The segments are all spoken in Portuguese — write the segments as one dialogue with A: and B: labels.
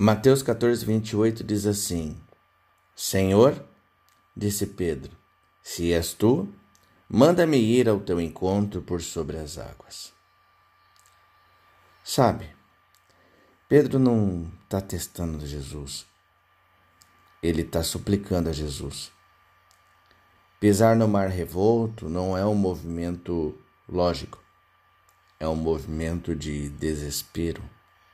A: Mateus 14, 28 diz assim: Senhor, disse Pedro, se és tu, manda-me ir ao teu encontro por sobre as águas. Sabe, Pedro não está testando Jesus. Ele está suplicando a Jesus. Pisar no mar revolto não é um movimento lógico. É um movimento de desespero.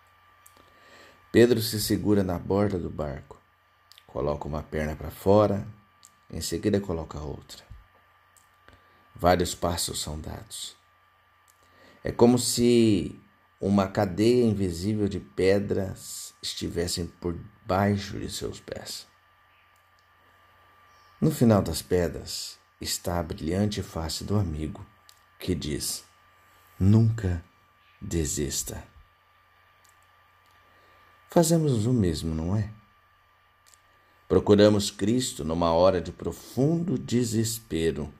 A: Pedro se segura na borda do barco. Coloca uma perna para fora, em seguida coloca a outra. Vários passos são dados. É como se uma cadeia invisível de pedras estivessem por baixo de seus pés. No final das pedras está a brilhante face do amigo, que diz: nunca desista. Fazemos o mesmo, não é? Procuramos Cristo numa hora de profundo desespero.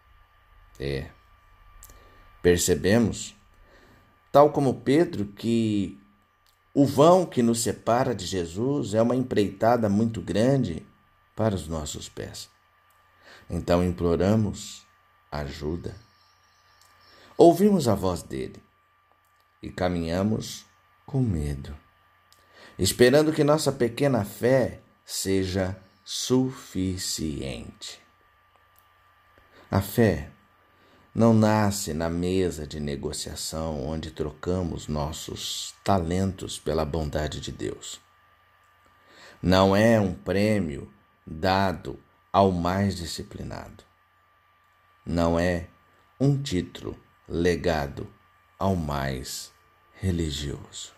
A: Percebemos, tal como Pedro, que o vão que nos separa de Jesus é uma empreitada muito grande para os nossos pés. Então imploramos ajuda. Ouvimos a voz dele e caminhamos com medo, esperando que nossa pequena fé seja suficiente. A fé não nasce na mesa de negociação onde trocamos nossos talentos pela bondade de Deus. Não é um prêmio dado ao mais disciplinado. Não é um título legado ao mais religioso.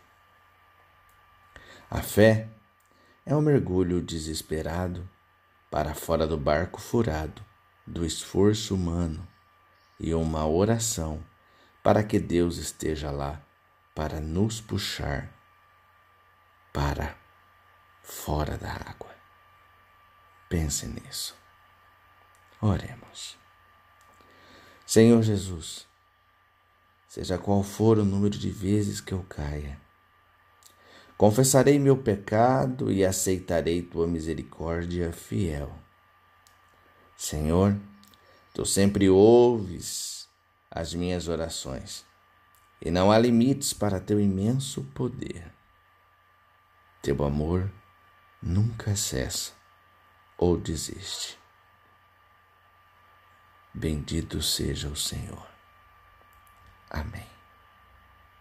A: A fé é um mergulho desesperado para fora do barco furado do esforço humano e uma oração para que Deus esteja lá para nos puxar para fora da água. Pense nisso. Oremos. Senhor Jesus, seja qual for o número de vezes que eu caia, confessarei meu pecado e aceitarei tua misericórdia fiel. Senhor, tu sempre ouves as minhas orações e não há limites para teu imenso poder. Teu amor nunca cessa ou desiste. Bendito seja o Senhor. Amém.